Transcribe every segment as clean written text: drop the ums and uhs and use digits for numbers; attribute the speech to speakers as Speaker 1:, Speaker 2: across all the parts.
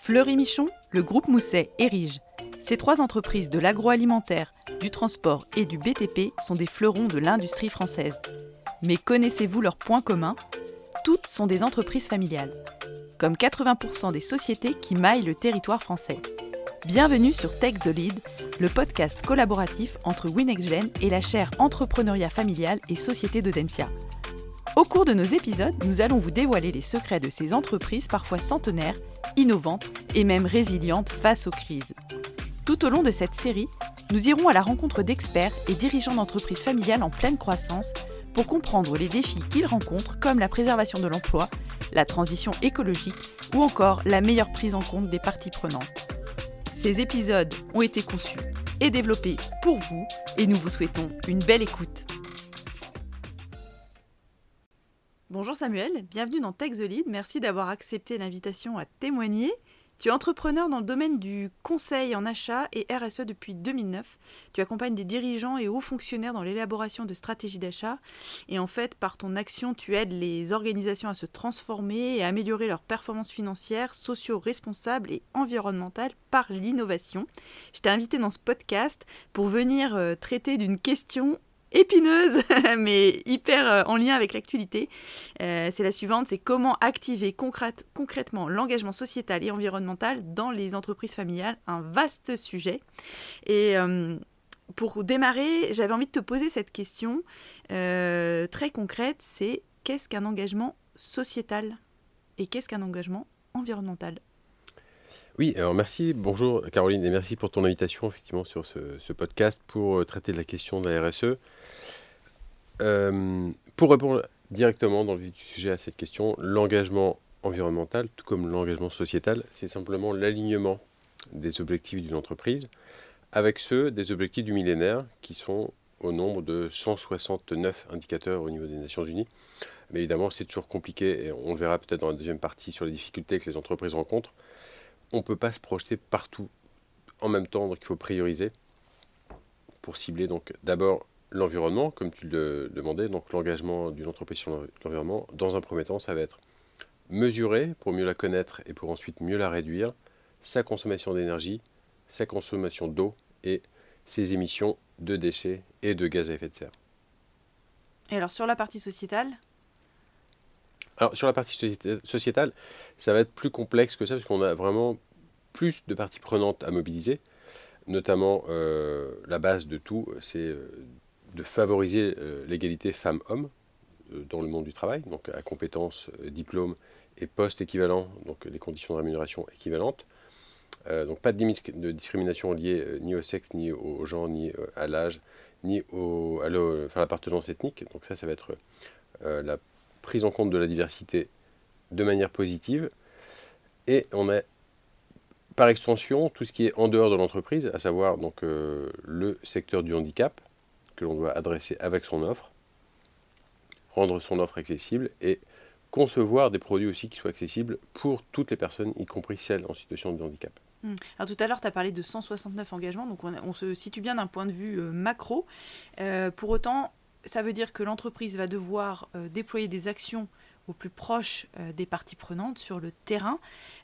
Speaker 1: Fleury-Michon, le groupe Mousset et Rige. Ces trois entreprises de l'agroalimentaire, du transport et du BTP sont des fleurons de l'industrie française. Mais connaissez-vous leurs points communs ? Toutes sont des entreprises familiales, comme 80% des sociétés qui maillent le territoire français. Bienvenue sur Take the Lead, le podcast collaboratif entre WinExGen et la chaire Entrepreneuriat familial et Société d'Audencia. Au cours de nos épisodes, nous allons vous dévoiler les secrets de ces entreprises parfois centenaires, innovantes et même résilientes face aux crises. Tout au long de cette série, nous irons à la rencontre d'experts et dirigeants d'entreprises familiales en pleine croissance pour comprendre les défis qu'ils rencontrent comme la préservation de l'emploi, la transition écologique ou encore la meilleure prise en compte des parties prenantes. Ces épisodes ont été conçus et développés pour vous et nous vous souhaitons une belle écoute. Bonjour Samuel, bienvenue dans Take the Lead, merci d'avoir accepté l'invitation à témoigner. Tu es entrepreneur dans le domaine du conseil en achat et RSE depuis 2009. Tu accompagnes des dirigeants et hauts fonctionnaires dans l'élaboration de stratégies d'achat. Et en fait, par ton action, tu aides les organisations à se transformer et à améliorer leurs performances financières, socio-responsables et environnementales par l'innovation. Je t'ai invité dans ce podcast pour venir traiter d'une question épineuse, mais hyper en lien avec l'actualité. C'est la suivante, c'est comment activer concrètement l'engagement sociétal et environnemental dans les entreprises familiales, un vaste sujet. Et pour démarrer, j'avais envie de te poser cette question très concrète, c'est qu'est-ce qu'un engagement sociétal et qu'est-ce qu'un engagement environnemental ?
Speaker 2: Oui, alors merci, bonjour Caroline, et merci pour ton invitation effectivement sur ce podcast pour traiter de la question de la RSE. Pour répondre directement dans le vif du sujet à cette question, l'engagement environnemental, tout comme l'engagement sociétal, c'est simplement l'alignement des objectifs d'une entreprise avec ceux des objectifs du millénaire qui sont au nombre de 169 indicateurs au niveau des Nations Unies. Mais évidemment, c'est toujours compliqué et on le verra peut-être dans la deuxième partie sur les difficultés que les entreprises rencontrent. On ne peut pas se projeter partout en même temps, donc il faut prioriser pour cibler donc d'abord l'environnement, comme tu le demandais, donc l'engagement d'une entreprise sur l'environnement. Dans un premier temps, ça va être mesurer pour mieux la connaître et pour ensuite mieux la réduire, sa consommation d'énergie, sa consommation d'eau et ses émissions de déchets et de gaz à effet de serre.
Speaker 1: Et alors sur la partie sociétale ?
Speaker 2: Alors sur la partie sociétale, ça va être plus complexe que ça parce qu'on a vraiment plus de parties prenantes à mobiliser. Notamment, la base de tout, c'est de favoriser l'égalité femmes-hommes dans le monde du travail, donc à compétences, diplômes et postes équivalents, donc les conditions de rémunération équivalentes. Donc pas de discrimination liée ni au sexe, ni au genre, ni à l'âge, ni à l'appartenance ethnique. Donc ça va être la prise en compte de la diversité de manière positive. Et on a par extension tout ce qui est en dehors de l'entreprise, à savoir donc, le secteur du handicap, que l'on doit adresser avec son offre, rendre son offre accessible et concevoir des produits aussi qui soient accessibles pour toutes les personnes, y compris celles en situation de handicap.
Speaker 1: Alors tout à l'heure, tu as parlé de 169 engagements, donc on se situe bien d'un point de vue macro. Pour autant, ça veut dire que l'entreprise va devoir déployer des actions au plus proche des parties prenantes sur le terrain.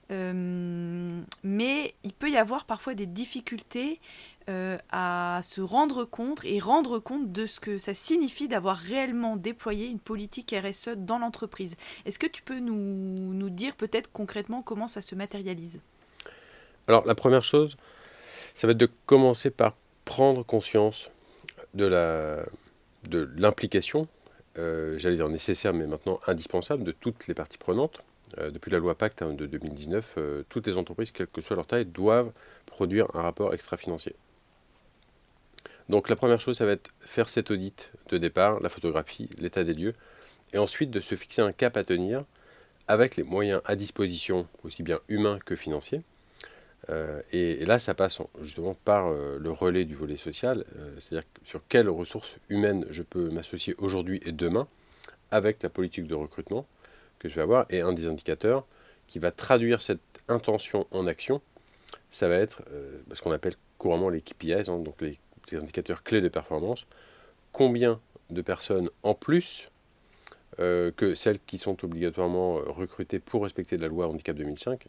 Speaker 1: Mais il peut y avoir parfois des difficultés à se rendre compte de ce que ça signifie d'avoir réellement déployé une politique RSE dans l'entreprise. Est-ce que tu peux nous dire peut-être concrètement comment ça se matérialise ?
Speaker 2: Alors la première chose, ça va être de commencer par prendre conscience de l'implication, j'allais dire nécessaire, mais maintenant indispensable, de toutes les parties prenantes. Depuis la loi Pacte de 2019, toutes les entreprises, quelle que soit leur taille, doivent produire un rapport extra-financier. Donc la première chose, ça va être faire cet audit de départ, la photographie, l'état des lieux, et ensuite de se fixer un cap à tenir avec les moyens à disposition, aussi bien humains que financiers. Et là, ça passe justement par le relais du volet social, c'est-à-dire sur quelles ressources humaines je peux m'associer aujourd'hui et demain avec la politique de recrutement que je vais avoir. Et un des indicateurs qui va traduire cette intention en action, ça va être ce qu'on appelle couramment les KPIs, donc les indicateurs clés de performance. Combien de personnes en plus que celles qui sont obligatoirement recrutées pour respecter la loi handicap 2005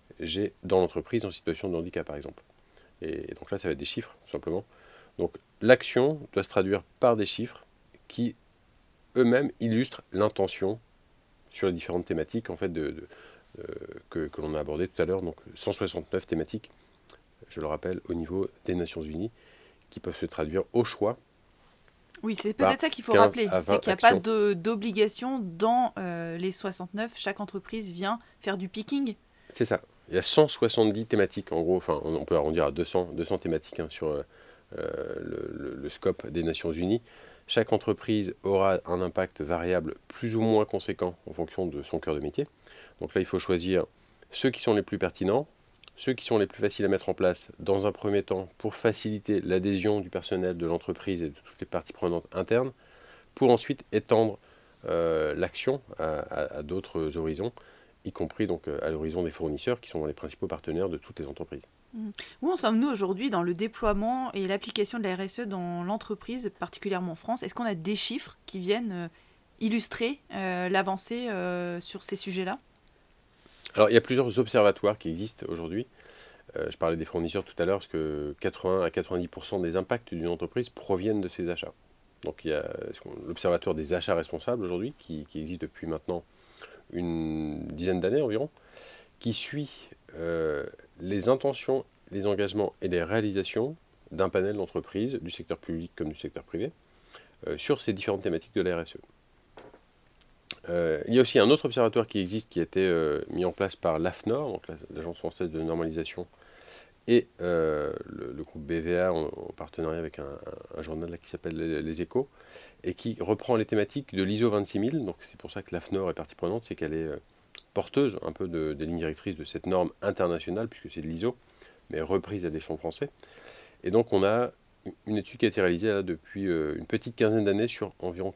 Speaker 2: j'ai dans l'entreprise en situation de handicap, par exemple. Et donc là, ça va être des chiffres, tout simplement. Donc l'action doit se traduire par des chiffres qui eux-mêmes illustrent l'intention sur les différentes thématiques en fait, que l'on a abordées tout à l'heure. Donc 169 thématiques, je le rappelle, au niveau des Nations Unies, qui peuvent se traduire au choix.
Speaker 1: Oui, c'est peut-être ça qu'il faut rappeler, c'est qu'il n'y a pas d'obligation dans les 69. Chaque entreprise vient faire du picking.
Speaker 2: C'est ça. Il y a 170 thématiques, en gros, enfin, on peut arrondir à 200 thématiques sur le scope des Nations Unies. Chaque entreprise aura un impact variable plus ou moins conséquent en fonction de son cœur de métier. Donc là, il faut choisir ceux qui sont les plus pertinents, ceux qui sont les plus faciles à mettre en place dans un premier temps pour faciliter l'adhésion du personnel de l'entreprise et de toutes les parties prenantes internes, pour ensuite étendre l'action à d'autres horizons, y compris donc à l'horizon des fournisseurs qui sont les principaux partenaires de toutes les entreprises.
Speaker 1: Où en sommes-nous aujourd'hui dans le déploiement et l'application de la RSE dans l'entreprise, particulièrement en France? Est-ce qu'on a des chiffres qui viennent illustrer l'avancée sur ces sujets-là?
Speaker 2: Alors, il y a plusieurs observatoires qui existent aujourd'hui. Je parlais des fournisseurs tout à l'heure, parce que 80 à 90% des impacts d'une entreprise proviennent de ses achats. Donc, il y a l'observatoire des achats responsables aujourd'hui, qui existe depuis maintenant une dizaine d'années environ, qui suit les intentions, les engagements et les réalisations d'un panel d'entreprises, du secteur public comme du secteur privé, sur ces différentes thématiques de la RSE. Il y a aussi un autre observatoire qui existe, qui a été mis en place par l'AFNOR, donc l'Agence française de normalisation, et le groupe BVA en partenariat avec un journal là, qui s'appelle Les Échos, et qui reprend les thématiques de l'ISO 26000. Donc c'est pour ça que l'AFNOR est partie prenante, c'est qu'elle est porteuse un peu des lignes directrices de cette norme internationale, puisque c'est de l'ISO, mais reprise à l'échelon français. Et donc on a une étude qui a été réalisée là, depuis une petite quinzaine d'années sur environ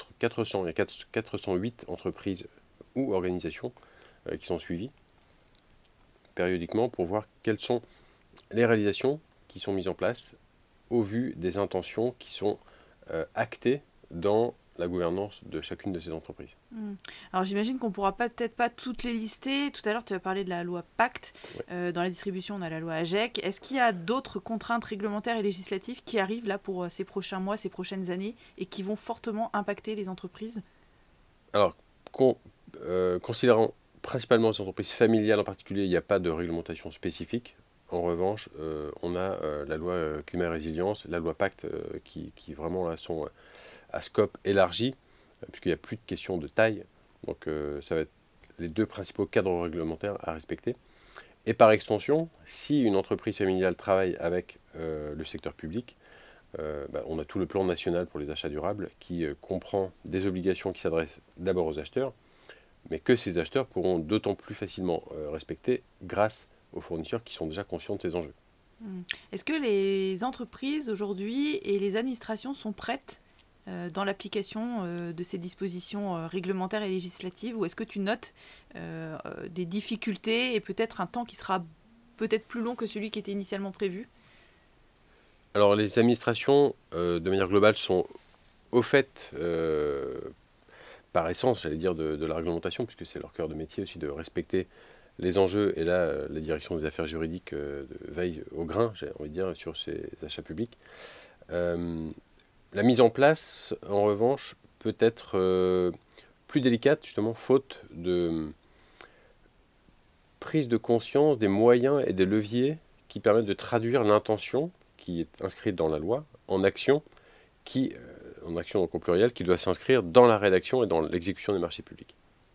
Speaker 2: 408 entreprises ou organisations qui sont suivies périodiquement pour voir quelles sont les réalisations qui sont mises en place au vu des intentions qui sont actées dans la gouvernance de chacune de ces entreprises.
Speaker 1: Alors j'imagine qu'on ne pourra peut-être pas toutes les lister. Tout à l'heure, tu as parlé de la loi Pacte. Ouais. Dans la distribution, on a la loi AGEC. Est-ce qu'il y a d'autres contraintes réglementaires et législatives qui arrivent là pour ces prochains mois, ces prochaines années, et qui vont fortement impacter les entreprises?
Speaker 2: Alors, considérant principalement les entreprises familiales en particulier, il n'y a pas de réglementation spécifique. En revanche, on a la loi climat et résilience, la loi Pacte qui vraiment là, sont à scope élargi, puisqu'il n'y a plus de question de taille. Donc ça va être les deux principaux cadres réglementaires à respecter. Et par extension, si une entreprise familiale travaille avec le secteur public, on a tout le plan national pour les achats durables qui comprend des obligations qui s'adressent d'abord aux acheteurs, mais que ces acheteurs pourront d'autant plus facilement respecter grâce aux fournisseurs qui sont déjà conscients de ces enjeux.
Speaker 1: Est-ce que les entreprises aujourd'hui et les administrations sont prêtes dans l'application de ces dispositions réglementaires et législatives, ou est-ce que tu notes des difficultés et peut-être un temps qui sera peut-être plus long que celui qui était initialement prévu?
Speaker 2: Alors les administrations, de manière globale, sont au fait, par essence, j'allais dire, de la réglementation, puisque c'est leur cœur de métier aussi de respecter les enjeux, et là, la direction des affaires juridiques veille au grain, j'ai envie de dire, sur ces achats publics. La mise en place, en revanche, peut être plus délicate, justement, faute de prise de conscience des moyens et des leviers qui permettent de traduire l'intention qui est inscrite dans la loi en action, en action donc au pluriel, qui doit s'inscrire dans la rédaction et dans l'exécution des marchés publics.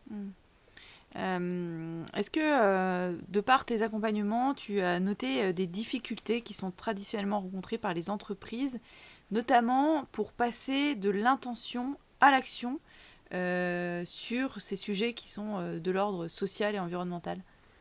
Speaker 1: Est-ce que, de par tes accompagnements, tu as noté des difficultés qui sont traditionnellement rencontrées par les entreprises, notamment pour passer de l'intention à l'action sur ces sujets qui sont de l'ordre social et environnemental?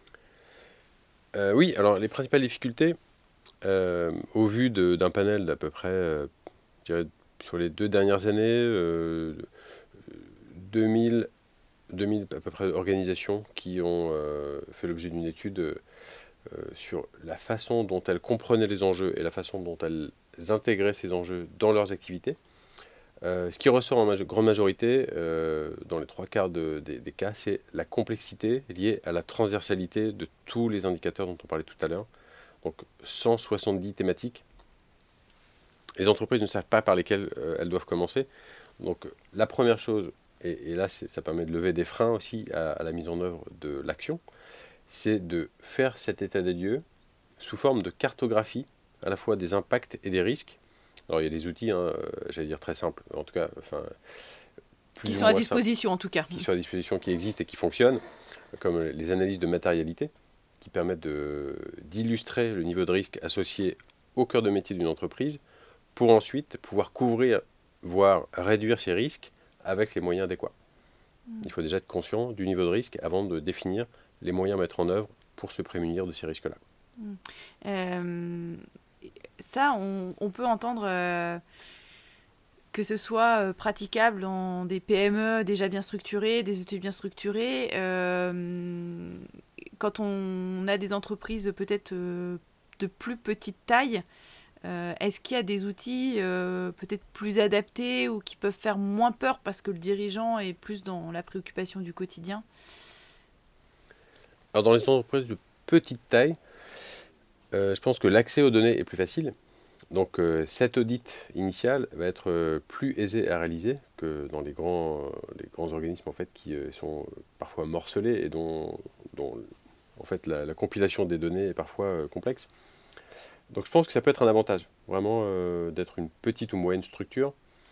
Speaker 2: Oui, alors les principales difficultés, au vu d'un panel d'à peu près, je dirais, sur les 2 dernières années, 2000 à peu près organisations qui ont fait l'objet d'une étude sur la façon dont elles comprenaient les enjeux et la façon dont elles intégraient ces enjeux dans leurs activités. Ce qui ressort en grande majorité, dans les trois quarts des cas, c'est la complexité liée à la transversalité de tous les indicateurs dont on parlait tout à l'heure. Donc 170 thématiques. Les entreprises ne savent pas par lesquelles elles doivent commencer. Donc la première chose, et là ça permet de lever des freins aussi à la mise en œuvre de l'action, c'est de faire cet état des lieux sous forme de cartographie, à la fois des impacts et des risques. Alors il y a des outils, j'allais dire très simples, en tout cas,
Speaker 1: qui sont à disposition
Speaker 2: simples,
Speaker 1: en tout cas.
Speaker 2: qui sont à disposition, qui existent et qui fonctionnent, comme les analyses de matérialité, qui permettent d'illustrer le niveau de risque associé au cœur de métier d'une entreprise, pour ensuite pouvoir couvrir, voire réduire ces risques avec les moyens adéquats. Il faut déjà être conscient du niveau de risque avant de définir les moyens à mettre en œuvre pour se prémunir de ces risques-là.
Speaker 1: Ça, on peut entendre que ce soit praticable dans des PME déjà bien structurées, des ETI bien structurées. Quand on a des entreprises peut-être de plus petite taille, est-ce qu'il y a des outils peut-être plus adaptés ou qui peuvent faire moins peur parce que le dirigeant est plus dans la préoccupation du quotidien ?
Speaker 2: Alors dans les entreprises de petite taille, je pense que l'accès aux données est plus facile. Donc cet audit initial va être plus aisé à réaliser que dans les grands organismes en fait, qui sont parfois morcelés et dont en fait, la compilation des données est parfois complexe. Donc je pense que ça peut être un avantage, vraiment d'être une petite ou moyenne structure.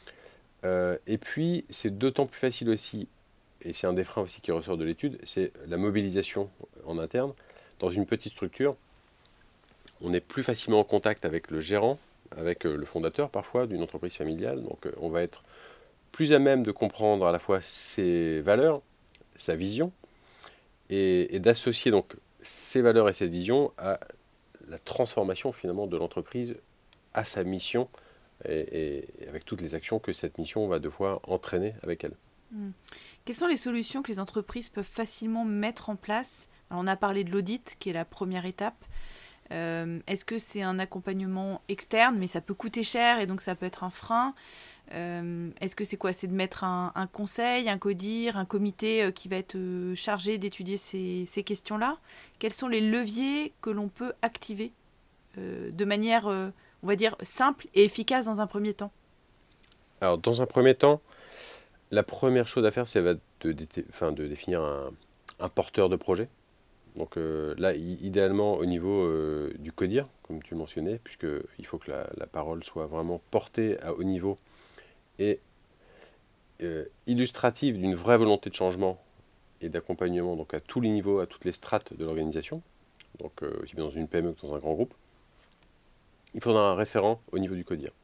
Speaker 2: Et puis c'est d'autant plus facile aussi, et c'est un des freins aussi qui ressort de l'étude, c'est la mobilisation en interne. Dans une petite structure, on est plus facilement en contact avec le gérant, avec le fondateur parfois d'une entreprise familiale. Donc on va être plus à même de comprendre à la fois ses valeurs, sa vision, et d'associer donc ces valeurs et cette vision à la transformation finalement de l'entreprise, à sa mission, et avec toutes les actions que cette mission va devoir entraîner avec elle.
Speaker 1: Quelles sont les solutions que les entreprises peuvent facilement mettre en place ? Alors, on a parlé de l'audit, qui est la première étape. Est-ce que c'est un accompagnement externe, mais ça peut coûter cher et donc ça peut être un frein ? Est-ce que c'est quoi ? C'est de mettre un conseil, un CODIR, un comité qui va être chargé d'étudier ces questions-là ? Quels sont les leviers que l'on peut activer de manière, on va dire, simple et efficace dans un premier temps ?
Speaker 2: Alors, dans un premier temps, la première chose à faire, c'est de définir un porteur de projet. Donc là, idéalement au niveau du CODIR, comme tu le mentionnais, puisqu'il faut que la parole soit vraiment portée à haut niveau et illustrative d'une vraie volonté de changement et d'accompagnement donc à tous les niveaux, à toutes les strates de l'organisation, donc aussi bien dans une PME que dans un grand groupe. Il faudra un référent au niveau du CODIR.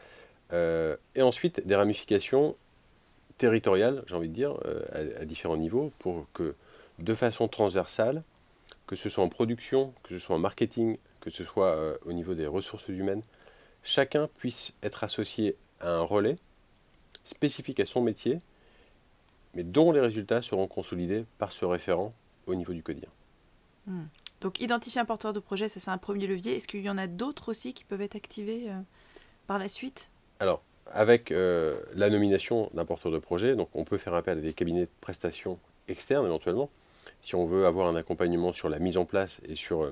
Speaker 2: Et ensuite, des ramifications territoriales, j'ai envie de dire, à différents niveaux, pour que de façon transversale, que ce soit en production, que ce soit en marketing, que ce soit au niveau des ressources humaines, chacun puisse être associé à un relais spécifique à son métier, mais dont les résultats seront consolidés par ce référent au niveau du CODIR.
Speaker 1: Donc identifier un porteur de projet, ça c'est un premier levier. Est-ce qu'il y en a d'autres aussi qui peuvent être activés par la suite ?
Speaker 2: Alors, avec la nomination d'un porteur de projet, donc on peut faire appel à des cabinets de prestations externes éventuellement, si on veut avoir un accompagnement sur la mise en place et sur,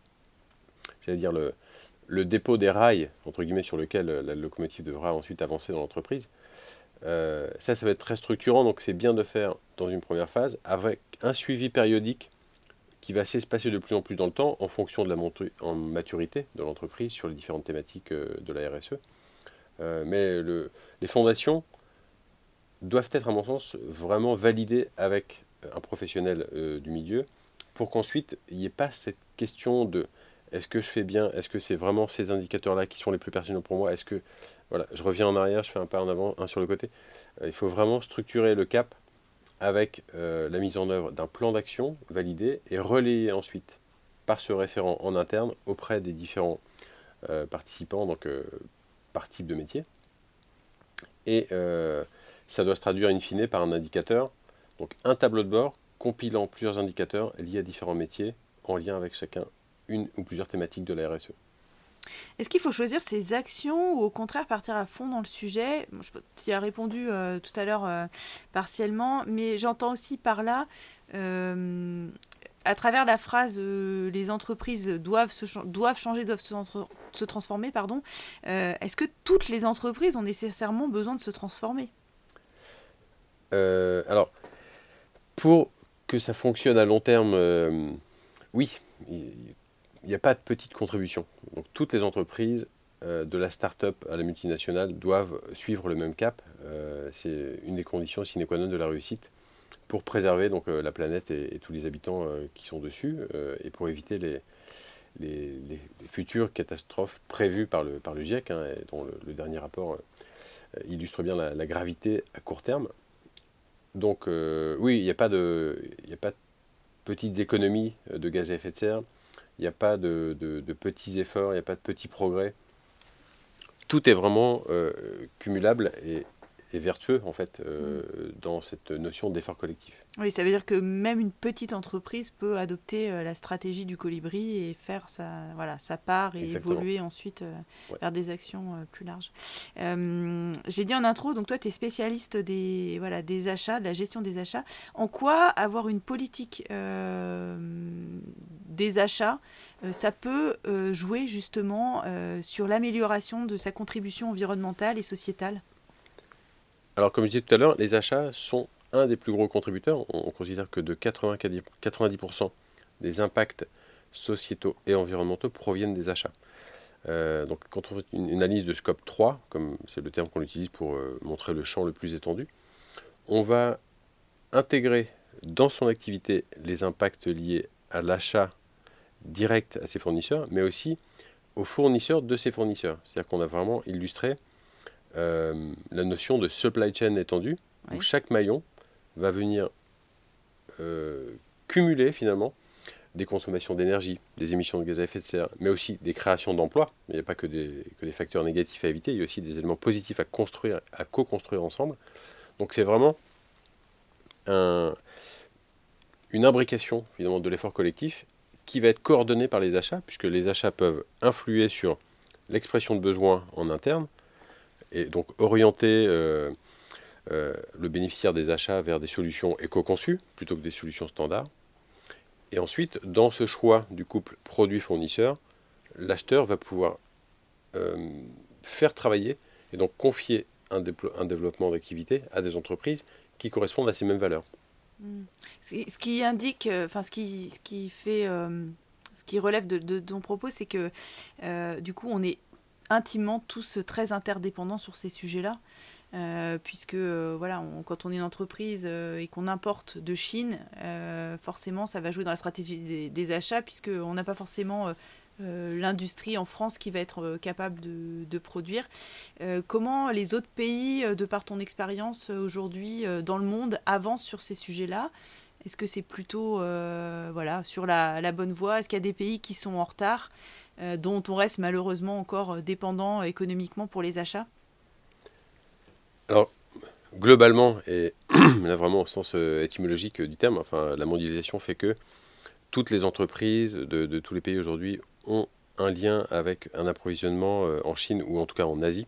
Speaker 2: le dépôt des rails, entre guillemets, sur lequel la locomotive devra ensuite avancer dans l'entreprise. Ça va être très structurant, donc c'est bien de faire dans une première phase, avec un suivi périodique qui va s'espacer de plus en plus dans le temps en fonction de la maturité de l'entreprise sur les différentes thématiques de la RSE. Mais les fondations doivent être, à mon sens, vraiment validées avec un professionnel du milieu pour qu'ensuite il n'y ait pas cette question de est-ce que je fais bien, est-ce que c'est vraiment ces indicateurs-là qui sont les plus pertinents pour moi, est-ce que voilà, je reviens en arrière, je fais un pas en avant, un sur le côté. Il faut vraiment structurer le cap avec la mise en œuvre d'un plan d'action validé et relayé ensuite par ce référent en interne auprès des différents participants, donc par type de métier. Et ça doit se traduire in fine par un indicateur, donc un tableau de bord compilant plusieurs indicateurs liés à différents métiers en lien avec chacun une ou plusieurs thématiques de la RSE.
Speaker 1: Est-ce qu'il faut choisir ses actions ou au contraire partir à fond dans le sujet? Bon, tu y as répondu tout à l'heure partiellement, mais j'entends aussi par là, à travers la phrase les entreprises doivent changer, doivent se transformer, pardon, est-ce que toutes les entreprises ont nécessairement besoin de se transformer?
Speaker 2: Alors, pour que ça fonctionne à long terme, oui, il n'y a pas de petite contribution. Donc toutes les entreprises, de la start-up à la multinationale, doivent suivre le même cap. C'est une des conditions sine qua non de la réussite pour préserver donc, la planète et tous les habitants qui sont dessus et pour éviter les futures catastrophes prévues par le GIEC, hein, et dont le dernier rapport illustre bien la gravité à court terme. Donc oui, il n'y a pas de petites économies de gaz à effet de serre, il n'y a pas de petits efforts, il n'y a pas de petits progrès. Tout est vraiment cumulable et vertueux en fait dans cette notion d'effort collectif.
Speaker 1: Oui, ça veut dire que même une petite entreprise peut adopter la stratégie du colibri et faire sa part et
Speaker 2: Exactement.
Speaker 1: évoluer ensuite
Speaker 2: Ouais.
Speaker 1: vers des actions plus larges. J'ai dit en intro, donc toi tu es spécialiste des achats, de la gestion des achats. En quoi avoir une politique des achats, ça peut jouer justement sur l'amélioration de sa contribution environnementale et sociétale?
Speaker 2: Alors comme je disais tout à l'heure, les achats sont un des plus gros contributeurs. On considère que de 90% des impacts sociétaux et environnementaux proviennent des achats. Donc quand on fait une analyse de scope 3, comme c'est le terme qu'on utilise pour montrer le champ le plus étendu, on va intégrer dans son activité les impacts liés à l'achat direct à ses fournisseurs, mais aussi aux fournisseurs de ses fournisseurs. C'est-à-dire qu'on a vraiment illustré la notion de supply chain étendue,
Speaker 1: Oui.
Speaker 2: où chaque maillon va venir cumuler finalement des consommations d'énergie, des émissions de gaz à effet de serre, mais aussi des créations d'emplois. Il n'y a pas que des facteurs négatifs à éviter, il y a aussi des éléments positifs à construire, à co-construire ensemble. Donc c'est vraiment une imbrication finalement de l'effort collectif qui va être coordonné par les achats, puisque les achats peuvent influer sur l'expression de besoins en interne, et donc orienter le bénéficiaire des achats vers des solutions éco-conçues plutôt que des solutions standards. Et ensuite, dans ce choix du couple produit-fournisseur, l'acheteur va pouvoir faire travailler et donc confier un développement d'activité à des entreprises qui correspondent à ces mêmes valeurs.
Speaker 1: Ce qui indique, ce qui relève de ton propos, c'est que du coup, on est intimement tous très interdépendants sur ces sujets-là, puisque quand on est une entreprise et qu'on importe de Chine, forcément ça va jouer dans la stratégie des achats, puisqu'on n'a pas forcément l'industrie en France qui va être capable de produire. Comment les autres pays, de par ton expérience aujourd'hui dans le monde, avancent sur ces sujets-là? Est-ce que c'est plutôt sur la bonne voie? Est-ce qu'il y a des pays qui sont en retard, dont on reste malheureusement encore dépendant économiquement pour les achats?
Speaker 2: Alors, globalement, et là vraiment au sens étymologique du terme, enfin, la mondialisation fait que toutes les entreprises de tous les pays aujourd'hui ont un lien avec un approvisionnement en Chine ou en tout cas en Asie.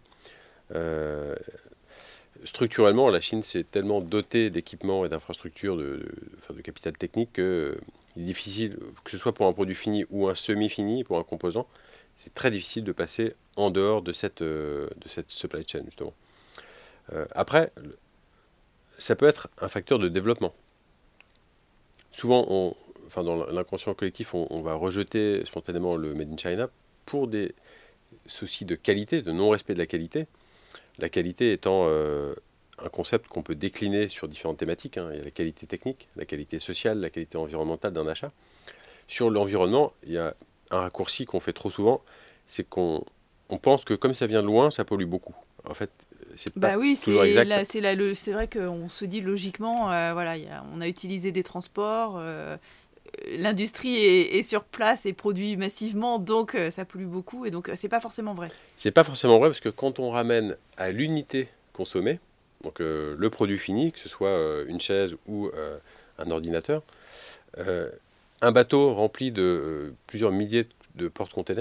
Speaker 2: Structurellement, la Chine s'est tellement dotée d'équipements et d'infrastructures, de capital technique, qu'il est difficile, que ce soit pour un produit fini ou un semi-fini, pour un composant, c'est très difficile de passer en dehors de cette supply chain, justement. Après, ça peut être un facteur de développement. Souvent, dans l'inconscient collectif, on va rejeter spontanément le Made in China pour des soucis de qualité, de non-respect de la qualité. La qualité étant un concept qu'on peut décliner sur différentes thématiques. Il y a la qualité technique, la qualité sociale, la qualité environnementale d'un achat. Sur l'environnement, il y a un raccourci qu'on fait trop souvent, c'est qu'on pense que comme ça vient de loin, ça pollue beaucoup. En fait, c'est pas toujours exact.
Speaker 1: C'est vrai qu'on se dit logiquement, on a utilisé des transports, l'industrie est sur place et produit massivement, donc ça pollue beaucoup, et donc c'est pas forcément vrai.
Speaker 2: C'est pas forcément vrai, parce que quand on ramène à l'unité consommée, donc le produit fini, que ce soit une chaise ou un ordinateur, un bateau rempli de plusieurs milliers de porte-containers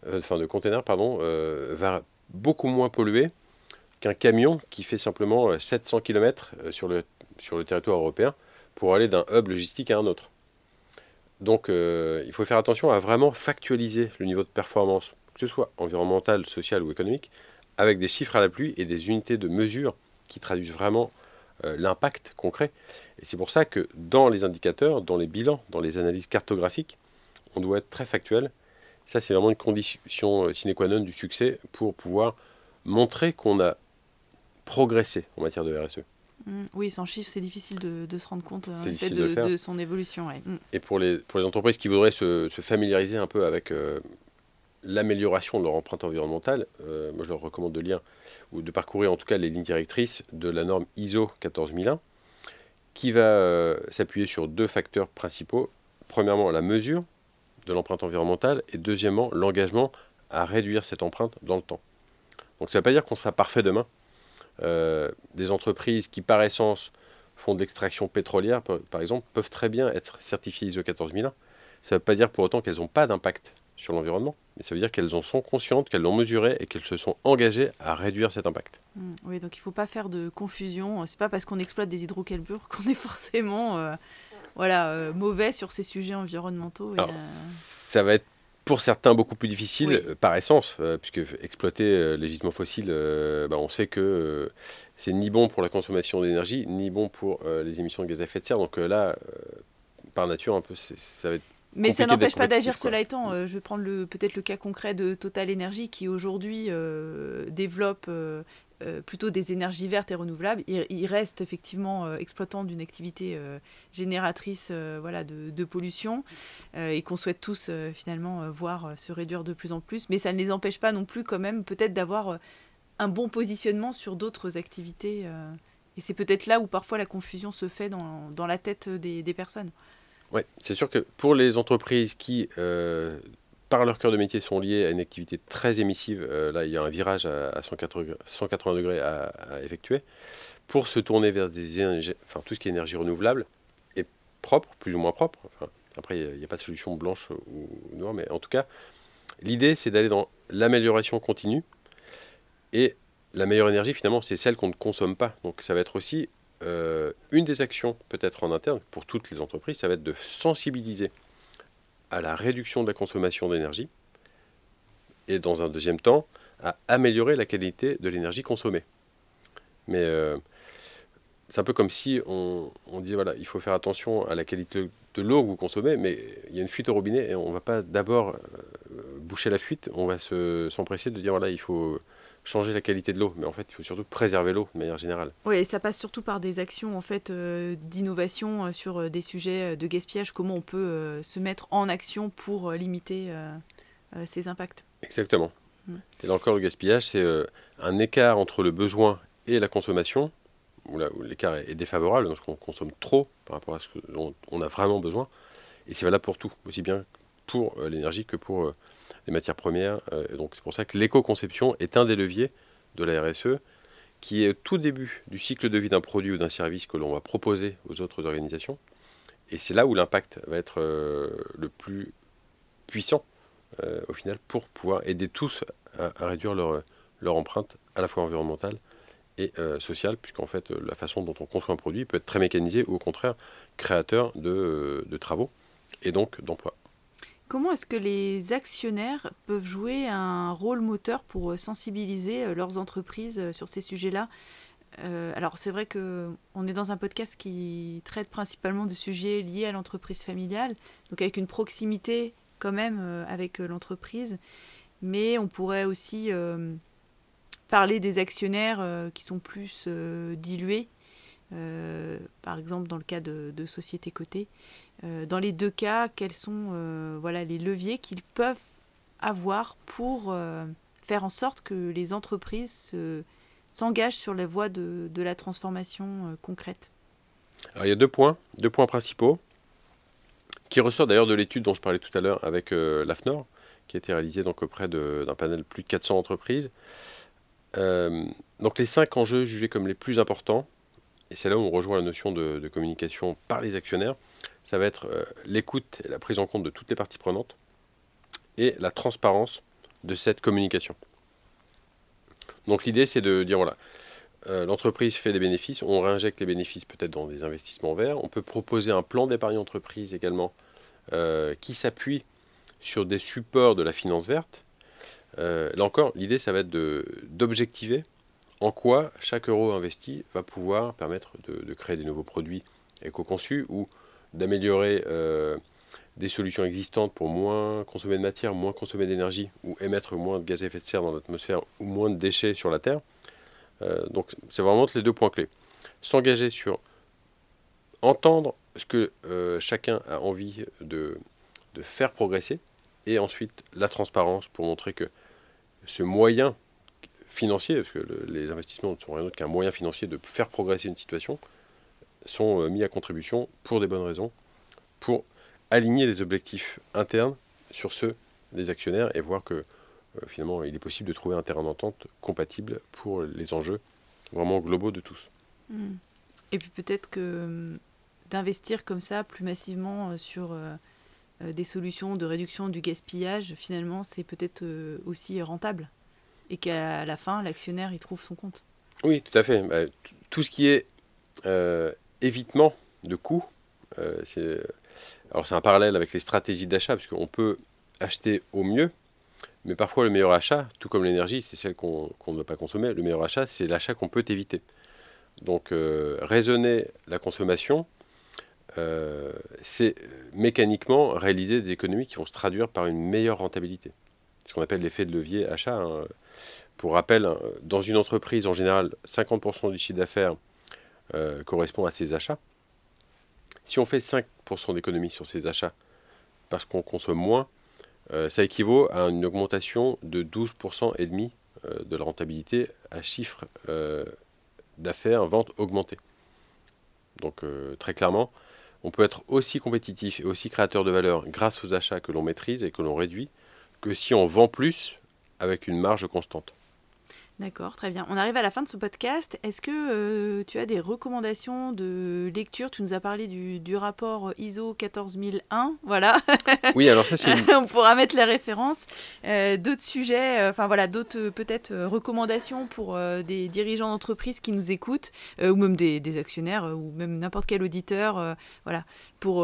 Speaker 2: de container, pardon, va beaucoup moins polluer qu'un camion qui fait simplement 700 km sur le territoire européen pour aller d'un hub logistique à un autre. Donc il faut faire attention à vraiment factualiser le niveau de performance, que ce soit environnemental, social ou économique, avec des chiffres à l'appui et des unités de mesure qui traduisent vraiment l'impact concret. Et c'est pour ça que dans les indicateurs, dans les bilans, dans les analyses cartographiques, on doit être très factuel. Ça, c'est vraiment une condition sine qua non du succès pour pouvoir montrer qu'on a progressé en matière de RSE.
Speaker 1: Oui, sans chiffres, c'est difficile de se rendre compte en effet,
Speaker 2: de
Speaker 1: de son évolution. Ouais.
Speaker 2: Et pour les entreprises qui voudraient se familiariser un peu avec l'amélioration de leur empreinte environnementale, moi je leur recommande de lire ou de parcourir en tout cas les lignes directrices de la norme ISO 14001 qui va s'appuyer sur 2 facteurs principaux. Premièrement, la mesure de l'empreinte environnementale et deuxièmement, l'engagement à réduire cette empreinte dans le temps. Donc ça ne veut pas dire qu'on sera parfait demain. Des entreprises qui par essence font de l'extraction pétrolière par exemple peuvent très bien être certifiées ISO 14001. Ça ne veut pas dire pour autant qu'elles n'ont pas d'impact sur l'environnement, mais ça veut dire qu'elles en sont conscientes, qu'elles l'ont mesuré et qu'elles se sont engagées à réduire cet impact.
Speaker 1: Oui, donc il ne faut pas faire de confusion. C'est pas parce qu'on exploite des hydrocarbures qu'on est forcément mauvais sur ces sujets environnementaux.
Speaker 2: Alors, ça va être pour certains beaucoup plus difficile par essence, puisque exploiter les gisements fossiles, on sait que c'est ni bon pour la consommation d'énergie, ni bon pour les émissions de gaz à effet de serre. Donc là, par nature, un peu, ça va être.
Speaker 1: Mais ça n'empêche pas d'agir, cela étant. Je vais prendre peut-être le cas concret de Total Energy qui aujourd'hui développe plutôt des énergies vertes et renouvelables. Il reste effectivement exploitant d'une activité génératrice de pollution et qu'on souhaite tous finalement voir se réduire de plus en plus. Mais ça ne les empêche pas non plus quand même peut-être d'avoir un bon positionnement sur d'autres activités. Et c'est peut-être là où parfois la confusion se fait dans la tête des personnes.
Speaker 2: Oui, c'est sûr que pour les entreprises qui, par leur cœur de métier, sont liées à une activité très émissive, là, il y a un virage à 180 degrés à effectuer, pour se tourner vers tout ce qui est énergie renouvelable et propre, plus ou moins propre. Après, il n'y a pas de solution blanche ou noire, mais en tout cas, l'idée, c'est d'aller dans l'amélioration continue. Et la meilleure énergie, finalement, c'est celle qu'on ne consomme pas. Donc ça va être aussi une des actions, peut-être en interne, pour toutes les entreprises, ça va être de sensibiliser à la réduction de la consommation d'énergie et, dans un deuxième temps, à améliorer la qualité de l'énergie consommée. Mais c'est un peu comme si on dit, voilà, il faut faire attention à la qualité de l'eau que vous consommez, mais il y a une fuite au robinet et on ne va pas d'abord boucher la fuite, on va s'empresser de dire, voilà, il faut changer la qualité de l'eau, mais en fait, il faut surtout préserver l'eau de manière générale.
Speaker 1: Oui, et ça passe surtout par des actions en fait d'innovation sur des sujets de gaspillage. Comment on peut se mettre en action pour limiter ces impacts.
Speaker 2: Exactement. Et là encore, le gaspillage, c'est un écart entre le besoin et la consommation, où l'écart est défavorable, parce qu'on consomme trop par rapport à ce dont on a vraiment besoin. Et c'est valable pour tout, aussi bien pour l'énergie que pour les matières premières. Donc c'est pour ça que l'éco-conception est un des leviers de la RSE, qui est au tout début du cycle de vie d'un produit ou d'un service que l'on va proposer aux autres organisations. Et c'est là où l'impact va être le plus puissant, au final, pour pouvoir aider tous à réduire leur empreinte, à la fois environnementale et sociale, puisqu'en fait, la façon dont on construit un produit peut être très mécanisée ou au contraire créateur de travaux et donc d'emplois.
Speaker 1: Comment est-ce que les actionnaires peuvent jouer un rôle moteur pour sensibiliser leurs entreprises sur ces sujets-là ? Alors c'est vrai qu'on est dans un podcast qui traite principalement de sujets liés à l'entreprise familiale, donc avec une proximité quand même avec l'entreprise, mais on pourrait aussi parler des actionnaires qui sont plus dilués, par exemple dans le cas de sociétés cotées. Dans les deux cas, quels sont les leviers qu'ils peuvent avoir pour faire en sorte que les entreprises s'engagent sur la voie de la transformation concrète ?
Speaker 2: Alors il y a deux points principaux, qui ressortent d'ailleurs de l'étude dont je parlais tout à l'heure avec l'AFNOR, qui a été réalisée donc auprès d'un panel de plus de 400 entreprises. Donc les 5 enjeux jugés comme les plus importants, et c'est là où on rejoint la notion de communication par les actionnaires, ça va être l'écoute et la prise en compte de toutes les parties prenantes et la transparence de cette communication. Donc l'idée, c'est de dire, voilà, l'entreprise fait des bénéfices, on réinjecte les bénéfices peut-être dans des investissements verts. On peut proposer un plan d'épargne entreprise également qui s'appuie sur des supports de la finance verte. Là encore, l'idée, ça va être d'objectiver en quoi chaque euro investi va pouvoir permettre de créer des nouveaux produits éco-conçus ou d'améliorer des solutions existantes pour moins consommer de matière, moins consommer d'énergie ou émettre moins de gaz à effet de serre dans l'atmosphère ou moins de déchets sur la Terre. Donc c'est vraiment les 2 points clés. S'engager sur entendre ce que chacun a envie de faire progresser et ensuite la transparence pour montrer que ce moyen financier, parce que les investissements ne sont rien d'autre qu'un moyen financier de faire progresser une situation, sont mis à contribution pour des bonnes raisons, pour aligner les objectifs internes sur ceux des actionnaires et voir que finalement il est possible de trouver un terrain d'entente compatible pour les enjeux vraiment globaux de tous.
Speaker 1: Et puis peut-être que d'investir comme ça plus massivement sur des solutions de réduction du gaspillage, finalement c'est peut-être aussi rentable et qu'à la fin l'actionnaire y trouve son compte.
Speaker 2: Oui, tout à fait. Tout ce qui est évitement de coûts, alors c'est un parallèle avec les stratégies d'achat, parce qu'on peut acheter au mieux, mais parfois le meilleur achat, tout comme l'énergie, c'est celle qu'on ne veut pas consommer, le meilleur achat, c'est l'achat qu'on peut éviter. Donc raisonner la consommation, c'est mécaniquement réaliser des économies qui vont se traduire par une meilleure rentabilité. C'est ce qu'on appelle l'effet de levier achat. Pour rappel, dans une entreprise, en général, 50% du chiffre d'affaires correspond à ses achats. Si on fait 5% d'économie sur ces achats parce qu'on consomme moins, ça équivaut à une augmentation de 12% et demi de la rentabilité à chiffre d'affaires, vente augmentée. Donc très clairement, on peut être aussi compétitif et aussi créateur de valeur grâce aux achats que l'on maîtrise et que l'on réduit que si on vend plus avec une marge constante.
Speaker 1: D'accord, très bien. On arrive à la fin de ce podcast. Est-ce que tu as des recommandations de lecture ? Tu nous as parlé du rapport ISO 14001, voilà.
Speaker 2: Oui, alors ça c'est
Speaker 1: On pourra mettre les références. D'autres sujets, d'autres peut-être recommandations pour des dirigeants d'entreprise qui nous écoutent, ou même des actionnaires, ou même n'importe quel auditeur, pour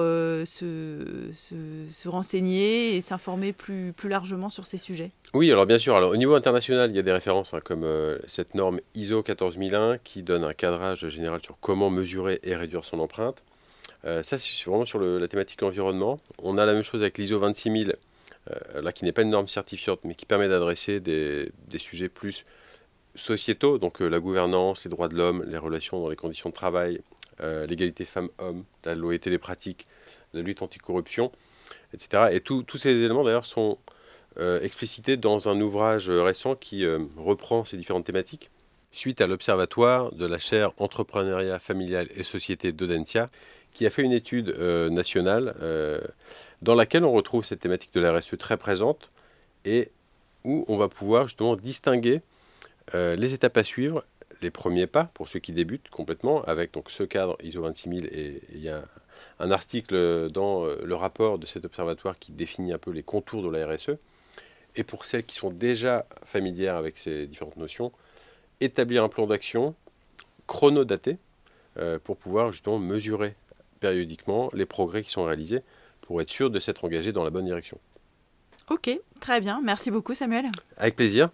Speaker 1: se renseigner et s'informer plus largement sur ces sujets.
Speaker 2: Oui, alors bien sûr. Alors, au niveau international, il y a des références comme cette norme ISO 14001 qui donne un cadrage général sur comment mesurer et réduire son empreinte. Ça, c'est vraiment sur la thématique environnement. On a la même chose avec l'ISO 26000, là qui n'est pas une norme certifiante, mais qui permet d'adresser des sujets plus sociétaux, donc la gouvernance, les droits de l'homme, les relations dans les conditions de travail, l'égalité femmes-hommes, la loyauté des pratiques, la lutte anticorruption, etc. Et tous ces éléments, d'ailleurs, sont explicité dans un ouvrage récent qui reprend ces différentes thématiques suite à l'Observatoire de la chaire Entrepreneuriat familial et société d'Audencia qui a fait une étude nationale dans laquelle on retrouve cette thématique de la RSE très présente et où on va pouvoir justement distinguer les étapes à suivre, les premiers pas pour ceux qui débutent complètement avec donc ce cadre ISO 26000 et il y a un article dans le rapport de cet observatoire qui définit un peu les contours de la RSE. Et pour celles qui sont déjà familières avec ces différentes notions, établir un plan d'action chronodaté pour pouvoir justement mesurer périodiquement les progrès qui sont réalisés pour être sûr de s'être engagé dans la bonne direction.
Speaker 1: Ok, très bien. Merci beaucoup Samuel.
Speaker 2: Avec plaisir.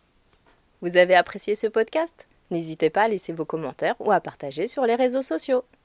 Speaker 3: Vous avez apprécié ce podcast ? N'hésitez pas à laisser vos commentaires ou à partager sur les réseaux sociaux.